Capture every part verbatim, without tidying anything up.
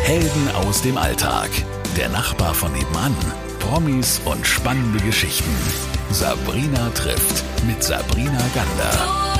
Helden aus dem Alltag. Der Nachbar von nebenan. Promis und spannende Geschichten. Sabrina trifft mit Sabrina Gander.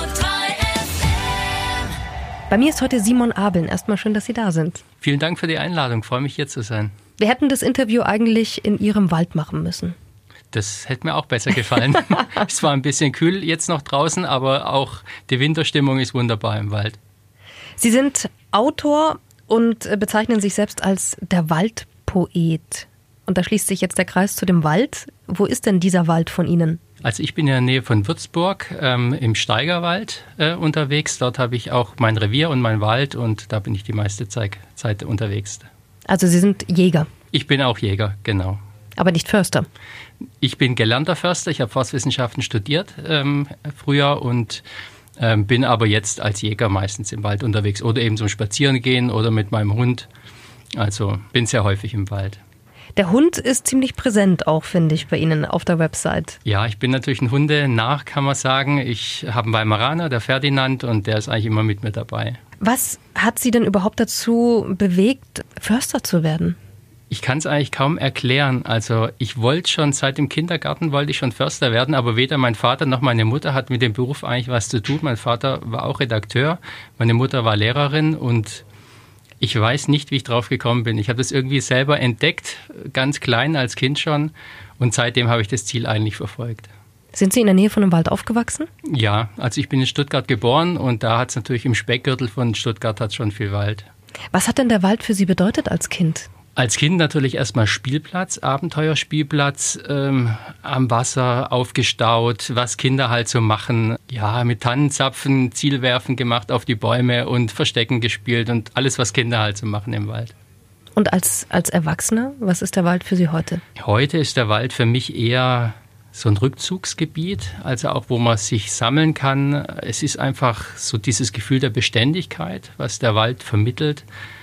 Bei mir ist heute Simon Abeln. Erstmal schön, dass Sie da sind. Vielen Dank für die Einladung. Freue mich, hier zu sein. Wir hätten das Interview eigentlich in Ihrem Wald machen müssen. Das hätte mir auch besser gefallen. Es war ein bisschen kühl jetzt noch draußen, aber auch die Winterstimmung ist wunderbar im Wald. Sie sind Autor und bezeichnen sich selbst als der Waldpoet. Und da schließt sich jetzt der Kreis zu dem Wald. Wo ist denn dieser Wald von Ihnen? Also ich bin in der Nähe von Würzburg ähm, im Steigerwald äh, unterwegs. Dort habe ich auch mein Revier und mein Wald und da bin ich die meiste Zeit, Zeit unterwegs. Also Sie sind Jäger? Ich bin auch Jäger, genau. Aber nicht Förster? Ich bin gelernter Förster. Ich habe Forstwissenschaften studiert ähm, früher und ähm, bin aber jetzt als Jäger meistens im Wald unterwegs oder eben zum Spazieren gehen oder mit meinem Hund. Also bin sehr häufig im Wald. Der Hund ist ziemlich präsent auch, finde ich, bei Ihnen auf der Website. Ja, ich bin natürlich ein Hundenarr, kann man sagen. Ich habe einen Weimaraner, der Ferdinand, und der ist eigentlich immer mit mir dabei. Was hat Sie denn überhaupt dazu bewegt, Förster zu werden? Ich kann es eigentlich kaum erklären. Also ich wollte schon, seit dem Kindergarten wollte ich schon Förster werden, aber weder mein Vater noch meine Mutter hat mit dem Beruf eigentlich was zu tun. Mein Vater war auch Redakteur, meine Mutter war Lehrerin und ich weiß nicht, wie ich drauf gekommen bin. Ich habe das irgendwie selber entdeckt, ganz klein als Kind schon. Und seitdem habe ich das Ziel eigentlich verfolgt. Sind Sie in der Nähe von einem Wald aufgewachsen? Ja, also ich bin in Stuttgart geboren und da hat es natürlich im Speckgürtel von Stuttgart hat's schon viel Wald. Was hat denn der Wald für Sie bedeutet als Kind? Als Kind natürlich erstmal Spielplatz, Abenteuerspielplatz, ähm, am Wasser aufgestaut, was Kinder halt so machen. Ja, mit Tannenzapfen, Zielwerfen gemacht auf die Bäume und Verstecken gespielt und alles, was Kinder halt so machen im Wald. Und als, als Erwachsener, was ist der Wald für Sie heute? Heute ist der Wald für mich eher so ein Rückzugsgebiet, also auch, wo man sich sammeln kann. Es ist einfach so dieses Gefühl der Beständigkeit, was der Wald vermittelt.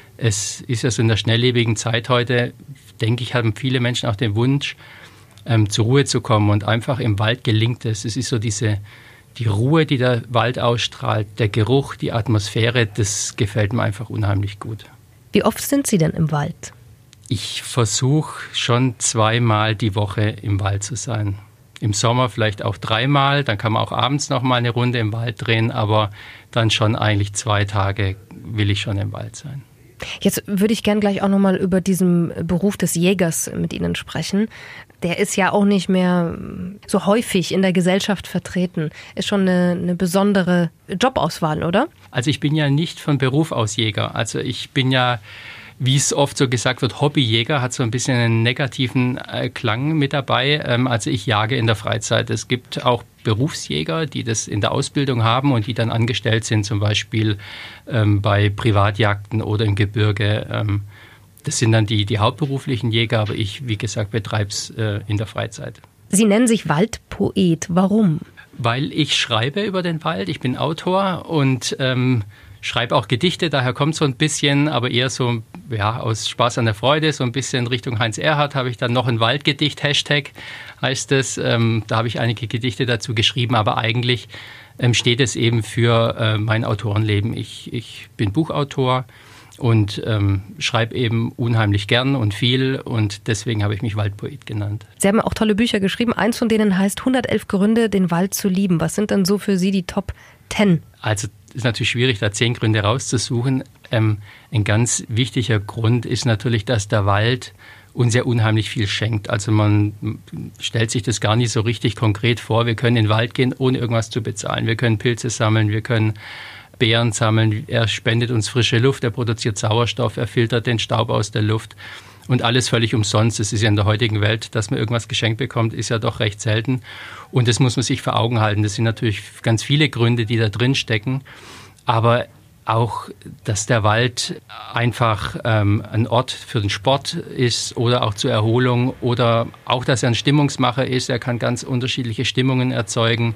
Es ist ja so in der schnelllebigen Zeit heute, denke ich, haben viele Menschen auch den Wunsch, ähm, zur Ruhe zu kommen. Und einfach im Wald gelingt es. Es ist so diese, die Ruhe, die der Wald ausstrahlt, der Geruch, die Atmosphäre, das gefällt mir einfach unheimlich gut. Wie oft sind Sie denn im Wald? Ich versuche schon zweimal die Woche im Wald zu sein. Im Sommer vielleicht auch dreimal, dann kann man auch abends noch mal eine Runde im Wald drehen, aber dann schon eigentlich zwei Tage will ich schon im Wald sein. Jetzt würde ich gern gleich auch nochmal über diesen Beruf des Jägers mit Ihnen sprechen. Der ist ja auch nicht mehr so häufig in der Gesellschaft vertreten. Ist schon eine, eine besondere Jobauswahl, oder? Also ich bin ja nicht von Beruf aus Jäger. Also ich bin ja, wie es oft so gesagt wird, Hobbyjäger, hat so ein bisschen einen negativen äh, Klang mit dabei. Ähm, also ich jage in der Freizeit. Es gibt auch Berufsjäger, die das in der Ausbildung haben und die dann angestellt sind, zum Beispiel ähm, bei Privatjagden oder im Gebirge. Ähm, das sind dann die, die hauptberuflichen Jäger, aber ich, wie gesagt, betreibe es äh, in der Freizeit. Sie nennen sich Waldpoet. Warum? Weil ich schreibe über den Wald. Ich bin Autor und ähm, schreibe auch Gedichte, daher kommt so ein bisschen, aber eher so ja, aus Spaß an der Freude, so ein bisschen Richtung Heinz Erhardt habe ich dann noch ein Waldgedicht, Hashtag heißt es. Ähm, da habe ich einige Gedichte dazu geschrieben, aber eigentlich ähm, steht es eben für äh, mein Autorenleben. Ich, ich bin Buchautor und ähm, schreibe eben unheimlich gern und viel und deswegen habe ich mich Waldpoet genannt. Sie haben auch tolle Bücher geschrieben. Eins von denen heißt hundertelf Gründe, den Wald zu lieben. Was sind denn so für Sie die Top zehn? Also es ist natürlich schwierig, da zehn Gründe rauszusuchen. Ähm, ein ganz wichtiger Grund ist natürlich, dass der Wald uns ja unheimlich viel schenkt. Also man stellt sich das gar nicht so richtig konkret vor. Wir können in den Wald gehen, ohne irgendwas zu bezahlen. Wir können Pilze sammeln, wir können Beeren sammeln. Er spendet uns frische Luft, er produziert Sauerstoff, er filtert den Staub aus der Luft. Und alles völlig umsonst. Das ist ja in der heutigen Welt, dass man irgendwas geschenkt bekommt, ist ja doch recht selten. Und das muss man sich vor Augen halten. Das sind natürlich ganz viele Gründe, die da drin stecken. Aber auch, dass der Wald einfach ähm, ein Ort für den Sport ist oder auch zur Erholung oder auch, dass er ein Stimmungsmacher ist. Er kann ganz unterschiedliche Stimmungen erzeugen.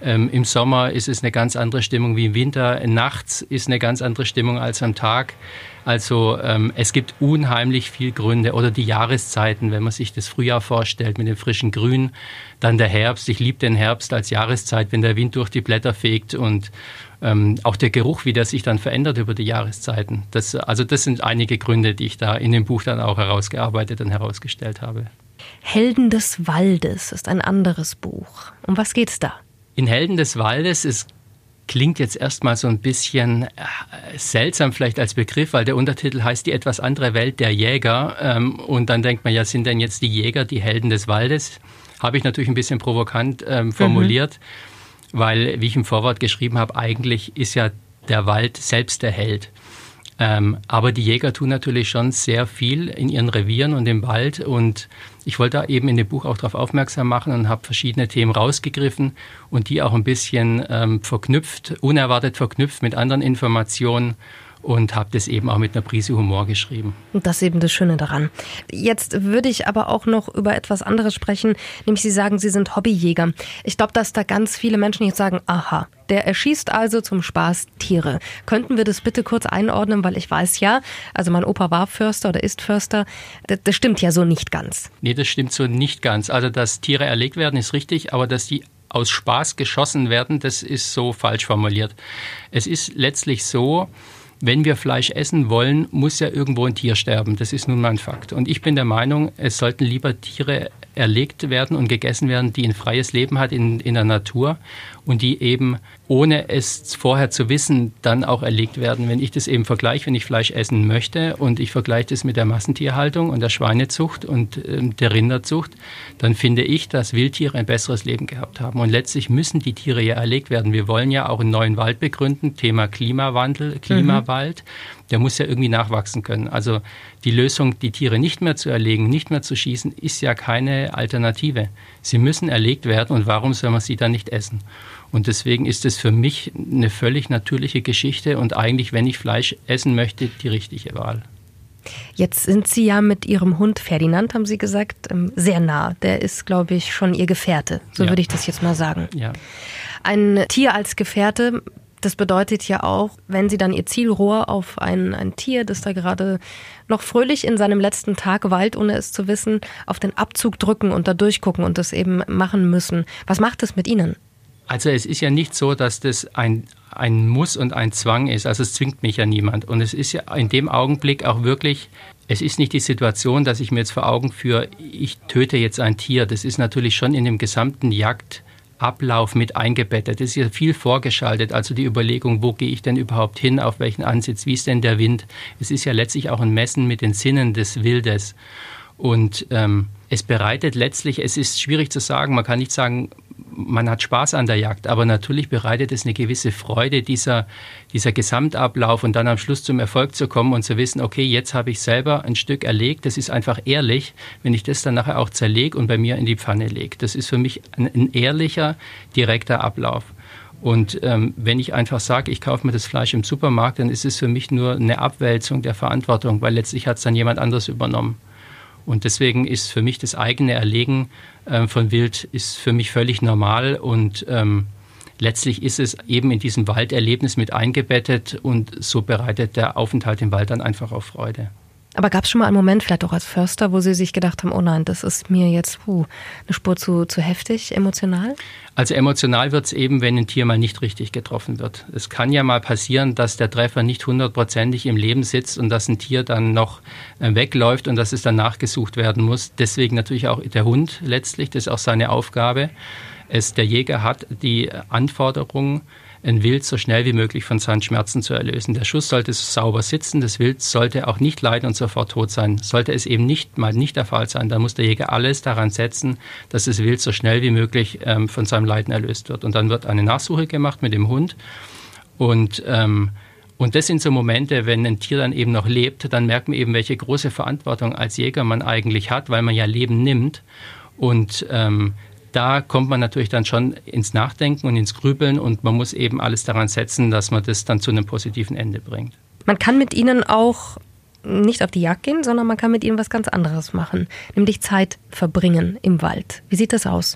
Ähm, Im Sommer ist es eine ganz andere Stimmung wie im Winter. Nachts ist eine ganz andere Stimmung als am Tag. Also ähm, es gibt unheimlich viel Gründe. Oder die Jahreszeiten, wenn man sich das Frühjahr vorstellt mit dem frischen Grün. Dann der Herbst. Ich liebe den Herbst als Jahreszeit, wenn der Wind durch die Blätter fegt und ähm, auch der Geruch, wie der sich dann verändert über die Jahreszeiten. Das, also das sind einige Gründe, die ich da in dem Buch dann auch herausgearbeitet und herausgestellt habe. Helden des Waldes ist ein anderes Buch. Um was geht's da? In Helden des Waldes ist klingt jetzt erstmal so ein bisschen äh, seltsam vielleicht als Begriff, weil der Untertitel heißt Die etwas andere Welt der Jäger. Ähm, und dann denkt man ja, sind denn jetzt die Jäger die Helden des Waldes? Habe ich natürlich ein bisschen provokant ähm, formuliert, mhm. weil, wie ich im Vorwort geschrieben habe, eigentlich ist ja der Wald selbst der Held. Ähm, aber die Jäger tun natürlich schon sehr viel in ihren Revieren und im Wald. Und ich wollte da eben in dem Buch auch darauf aufmerksam machen und habe verschiedene Themen rausgegriffen und die auch ein bisschen ähm, verknüpft, unerwartet verknüpft mit anderen Informationen. Und habe das eben auch mit einer Prise Humor geschrieben. Und das ist eben das Schöne daran. Jetzt würde ich aber auch noch über etwas anderes sprechen, nämlich Sie sagen, Sie sind Hobbyjäger. Ich glaube, dass da ganz viele Menschen jetzt sagen, aha, der erschießt also zum Spaß Tiere. Könnten wir das bitte kurz einordnen, weil ich weiß ja, also mein Opa war Förster oder ist Förster, das, das stimmt ja so nicht ganz. Nee, das stimmt so nicht ganz. Also, dass Tiere erlegt werden, ist richtig, aber dass die aus Spaß geschossen werden, das ist so falsch formuliert. Es ist letztlich so, wenn wir Fleisch essen wollen, muss ja irgendwo ein Tier sterben. Das ist nun mal ein Fakt. Und ich bin der Meinung, es sollten lieber Tiere erlegt werden und gegessen werden, die ein freies Leben hat in, in der Natur und die eben, ohne es vorher zu wissen, dann auch erlegt werden. Wenn ich das eben vergleiche, wenn ich Fleisch essen möchte und ich vergleiche das mit der Massentierhaltung und der Schweinezucht und äh, der Rinderzucht, dann finde ich, dass Wildtiere ein besseres Leben gehabt haben. Und letztlich müssen die Tiere ja erlegt werden. Wir wollen ja auch einen neuen Wald begründen, Thema Klimawandel, Klimawald. Mhm. Der muss ja irgendwie nachwachsen können. Also die Lösung, die Tiere nicht mehr zu erlegen, nicht mehr zu schießen, ist ja keine Alternative. Sie müssen erlegt werden und warum soll man sie dann nicht essen? Und deswegen ist es für mich eine völlig natürliche Geschichte und eigentlich, wenn ich Fleisch essen möchte, die richtige Wahl. Jetzt sind Sie ja mit Ihrem Hund Ferdinand, haben Sie gesagt, sehr nah. Der ist, glaube ich, schon Ihr Gefährte. So ja. würde ich das jetzt mal sagen. Ja. Ein Tier als Gefährte, das bedeutet ja auch, wenn Sie dann Ihr Zielrohr auf ein, ein Tier, das da gerade noch fröhlich in seinem letzten Tag weilt, ohne es zu wissen, auf den Abzug drücken und da durchgucken und das eben machen müssen. Was macht das mit Ihnen? Also es ist ja nicht so, dass das ein, ein Muss und ein Zwang ist. Also es zwingt mich ja niemand. Und es ist ja in dem Augenblick auch wirklich, es ist nicht die Situation, dass ich mir jetzt vor Augen führe, ich töte jetzt ein Tier. Das ist natürlich schon in dem gesamten Jagdablauf mit eingebettet. Das ist ja viel vorgeschaltet. Also die Überlegung, wo gehe ich denn überhaupt hin, auf welchen Ansitz, wie ist denn der Wind? Es ist ja letztlich auch ein Messen mit den Sinnen des Wildes. Und ähm, es bereitet letztlich, es ist schwierig zu sagen, man kann nicht sagen, man hat Spaß an der Jagd, aber natürlich bereitet es eine gewisse Freude, dieser, dieser Gesamtablauf und dann am Schluss zum Erfolg zu kommen und zu wissen, okay, jetzt habe ich selber ein Stück erlegt, das ist einfach ehrlich, wenn ich das dann nachher auch zerlege und bei mir in die Pfanne lege. Das ist für mich ein, ein ehrlicher, direkter Ablauf. Und ähm, wenn ich einfach sage, ich kaufe mir das Fleisch im Supermarkt, dann ist es für mich nur eine Abwälzung der Verantwortung, weil letztlich hat es dann jemand anderes übernommen. Und deswegen ist für mich das eigene Erlegen äh, von Wild ist für mich völlig normal und ähm, letztlich ist es eben in diesem Walderlebnis mit eingebettet und so bereitet der Aufenthalt im Wald dann einfach auch Freude. Aber gab es schon mal einen Moment, vielleicht auch als Förster, wo Sie sich gedacht haben, oh nein, das ist mir jetzt puh, eine Spur zu, zu heftig, emotional? Also emotional wird es eben, wenn ein Tier mal nicht richtig getroffen wird. Es kann ja mal passieren, dass der Treffer nicht hundertprozentig im Leben sitzt und dass ein Tier dann noch äh, wegläuft und dass es dann nachgesucht werden muss. Deswegen natürlich auch der Hund letztlich, das ist auch seine Aufgabe. Es, der Jäger hat die Anforderung, ein Wild so schnell wie möglich von seinen Schmerzen zu erlösen. Der Schuss sollte sauber sitzen, das Wild sollte auch nicht leiden und sofort tot sein. Sollte es eben nicht mal nicht der Fall sein, dann muss der Jäger alles daran setzen, dass das Wild so schnell wie möglich ähm, von seinem Leiden erlöst wird. Und dann wird eine Nachsuche gemacht mit dem Hund und ähm, Und das sind so Momente, wenn ein Tier dann eben noch lebt, dann merkt man eben, welche große Verantwortung als Jäger man eigentlich hat, weil man ja Leben nimmt. Und ähm, da kommt man natürlich dann schon ins Nachdenken und ins Grübeln und man muss eben alles daran setzen, dass man das dann zu einem positiven Ende bringt. Man kann mit Ihnen auch nicht auf die Jagd gehen, sondern man kann mit Ihnen was ganz anderes machen, nämlich Zeit verbringen im Wald. Wie sieht das aus?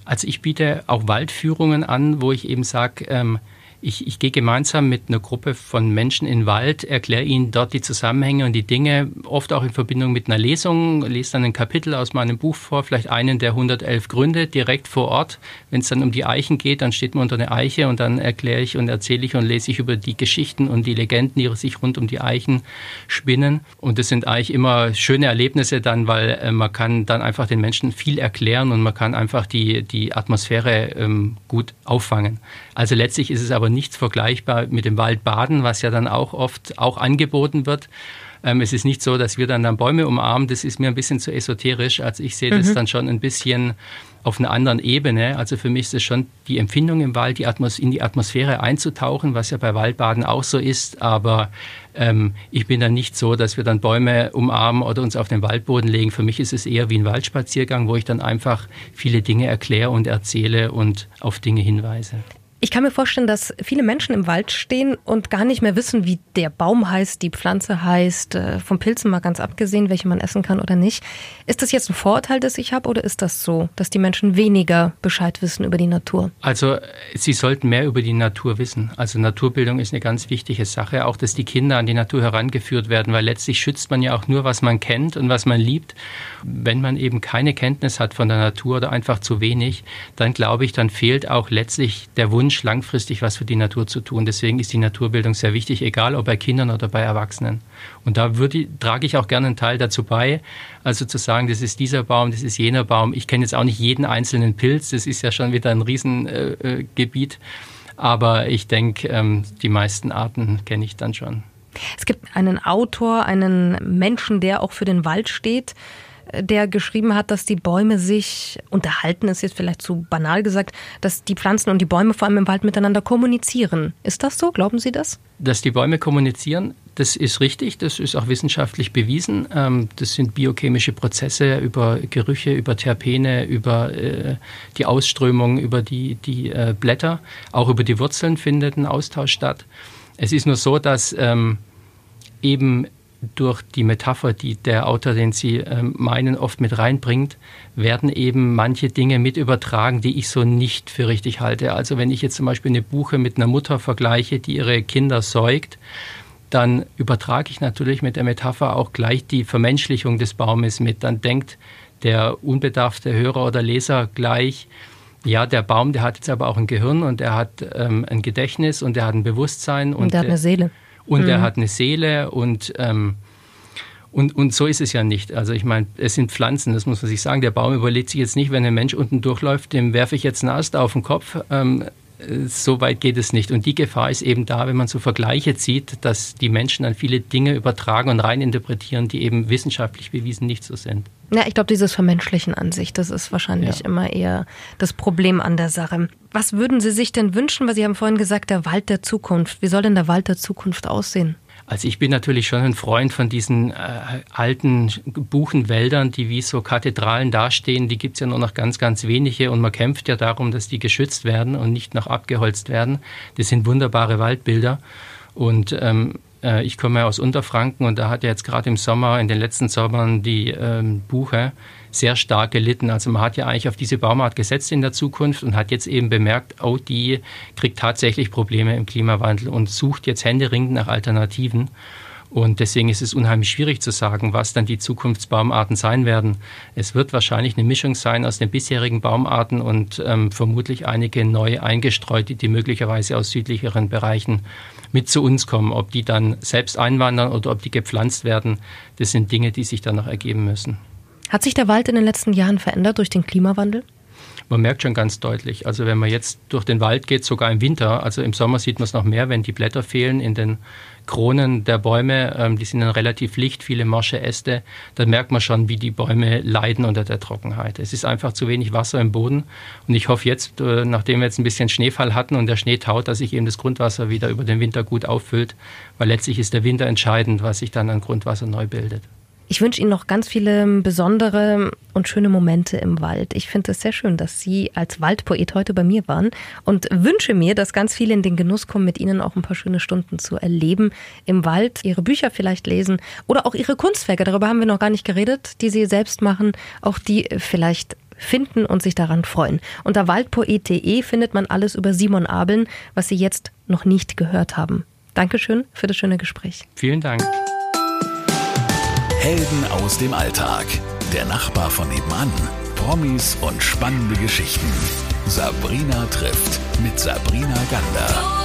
Also ich biete auch Waldführungen an, wo ich eben sage, ähm, Ich, ich gehe gemeinsam mit einer Gruppe von Menschen in den Wald, erkläre ihnen dort die Zusammenhänge und die Dinge, oft auch in Verbindung mit einer Lesung, lese dann ein Kapitel aus meinem Buch vor, vielleicht einen der hundertelf Gründe direkt vor Ort. Wenn es dann um die Eichen geht, dann steht man unter einer Eiche und dann erkläre ich und erzähle ich und lese ich über die Geschichten und die Legenden, die sich rund um die Eichen spinnen. Und das sind eigentlich immer schöne Erlebnisse dann, weil äh, man kann dann einfach den Menschen viel erklären und man kann einfach die, die Atmosphäre ähm, gut auffangen. Also letztlich ist es aber nichts vergleichbar mit dem Waldbaden, was ja dann auch oft auch angeboten wird. Ähm, es ist nicht so, dass wir dann, dann Bäume umarmen, das ist mir ein bisschen zu esoterisch. Also ich sehe das mhm. dann schon ein bisschen auf einer anderen Ebene. Also für mich ist es schon die Empfindung im Wald, die Atmos- in die Atmosphäre einzutauchen, was ja bei Waldbaden auch so ist. Aber ähm, ich bin dann nicht so, dass wir dann Bäume umarmen oder uns auf den Waldboden legen. Für mich ist es eher wie ein Waldspaziergang, wo ich dann einfach viele Dinge erkläre und erzähle und auf Dinge hinweise. Ich kann mir vorstellen, dass viele Menschen im Wald stehen und gar nicht mehr wissen, wie der Baum heißt, die Pflanze heißt, vom Pilzen mal ganz abgesehen, welche man essen kann oder nicht. Ist das jetzt ein Vorurteil, das ich habe, oder ist das so, dass die Menschen weniger Bescheid wissen über die Natur? Also sie sollten mehr über die Natur wissen. Also Naturbildung ist eine ganz wichtige Sache, auch dass die Kinder an die Natur herangeführt werden, weil letztlich schützt man ja auch nur, was man kennt und was man liebt. Wenn man eben keine Kenntnis hat von der Natur oder einfach zu wenig, dann glaube ich, dann fehlt auch letztlich der Wunsch, langfristig was für die Natur zu tun. Deswegen ist die Naturbildung sehr wichtig, egal ob bei Kindern oder bei Erwachsenen. Und da würde, trage ich auch gerne einen Teil dazu bei, also zu sagen, das ist dieser Baum, das ist jener Baum. Ich kenne jetzt auch nicht jeden einzelnen Pilz, das ist ja schon wieder ein Riesengebiet. Äh, Aber ich denke, ähm, die meisten Arten kenne ich dann schon. Es gibt einen Autor, einen Menschen, der auch für den Wald steht, der geschrieben hat, dass die Bäume sich unterhalten, ist jetzt vielleicht zu banal gesagt, dass die Pflanzen und die Bäume vor allem im Wald miteinander kommunizieren. Ist das so? Glauben Sie das? Dass die Bäume kommunizieren, das ist richtig, das ist auch wissenschaftlich bewiesen. Das sind biochemische Prozesse über Gerüche, über Terpene, über die Ausströmung, über die, die Blätter, auch über die Wurzeln findet ein Austausch statt. Es ist nur so, dass ähm, eben durch die Metapher, die der Autor, den Sie ähm, meinen, oft mit reinbringt, werden eben manche Dinge mit übertragen, die ich so nicht für richtig halte. Also wenn ich jetzt zum Beispiel eine Buche mit einer Mutter vergleiche, die ihre Kinder säugt, dann übertrage ich natürlich mit der Metapher auch gleich die Vermenschlichung des Baumes mit. Dann denkt der unbedarfte Hörer oder Leser gleich, ja, der Baum, der hat jetzt aber auch ein Gehirn und er hat ähm, ein Gedächtnis und er hat ein Bewusstsein. Und, und er hat eine Seele. Und mhm. er hat eine Seele und, ähm, und, und so ist es ja nicht. Also ich meine, es sind Pflanzen, das muss man sich sagen. Der Baum überlegt sich jetzt nicht, wenn ein Mensch unten durchläuft, dem werfe ich jetzt einen Ast auf den Kopf. Ähm, so weit geht es nicht. Und die Gefahr ist eben da, wenn man so Vergleiche zieht, dass die Menschen dann viele Dinge übertragen und reininterpretieren, die eben wissenschaftlich bewiesen nicht so sind. Ja, ich glaube, dieses Vermenschlichen an sich, das ist wahrscheinlich ja. immer eher das Problem an der Sache. Was würden Sie sich denn wünschen? Weil Sie haben vorhin gesagt, der Wald der Zukunft. Wie soll denn der Wald der Zukunft aussehen? Also ich bin natürlich schon ein Freund von diesen äh, alten Buchenwäldern, die wie so Kathedralen dastehen. Die gibt es ja nur noch ganz, ganz wenige und man kämpft ja darum, dass die geschützt werden und nicht noch abgeholzt werden. Das sind wunderbare Waldbilder und ähm, äh, ich komme ja aus Unterfranken und da hat ja jetzt gerade im Sommer, in den letzten Sommern die ähm, Buche sehr stark gelitten. Also man hat ja eigentlich auf diese Baumart gesetzt in der Zukunft und hat jetzt eben bemerkt, oh, die kriegt tatsächlich Probleme im Klimawandel und sucht jetzt händeringend nach Alternativen. Und deswegen ist es unheimlich schwierig zu sagen, was dann die Zukunftsbaumarten sein werden. Es wird wahrscheinlich eine Mischung sein aus den bisherigen Baumarten und ähm, vermutlich einige neu eingestreut, die, die möglicherweise aus südlicheren Bereichen mit zu uns kommen. Ob die dann selbst einwandern oder ob die gepflanzt werden, das sind Dinge, die sich dann noch ergeben müssen. Hat sich der Wald in den letzten Jahren verändert durch den Klimawandel? Man merkt schon ganz deutlich, also wenn man jetzt durch den Wald geht, sogar im Winter, also im Sommer sieht man es noch mehr, wenn die Blätter fehlen in den Kronen der Bäume, ähm, die sind dann relativ licht, viele morsche Äste, dann merkt man schon, wie die Bäume leiden unter der Trockenheit. Es ist einfach zu wenig Wasser im Boden und ich hoffe jetzt, äh, nachdem wir jetzt ein bisschen Schneefall hatten und der Schnee taut, dass sich eben das Grundwasser wieder über den Winter gut auffüllt, weil letztlich ist der Winter entscheidend, was sich dann an Grundwasser neu bildet. Ich wünsche Ihnen noch ganz viele besondere und schöne Momente im Wald. Ich finde es sehr schön, dass Sie als Waldpoet heute bei mir waren und wünsche mir, dass ganz viele in den Genuss kommen, mit Ihnen auch ein paar schöne Stunden zu erleben im Wald, Ihre Bücher vielleicht lesen oder auch Ihre Kunstwerke, darüber haben wir noch gar nicht geredet, die Sie selbst machen, auch die vielleicht finden und sich daran freuen. Unter waldpoet punkt de findet man alles über Simon Abeln, was Sie jetzt noch nicht gehört haben. Dankeschön für das schöne Gespräch. Vielen Dank. Helden aus dem Alltag. Der Nachbar von nebenan. Promis und spannende Geschichten. Sabrina trifft mit Sabrina Gander.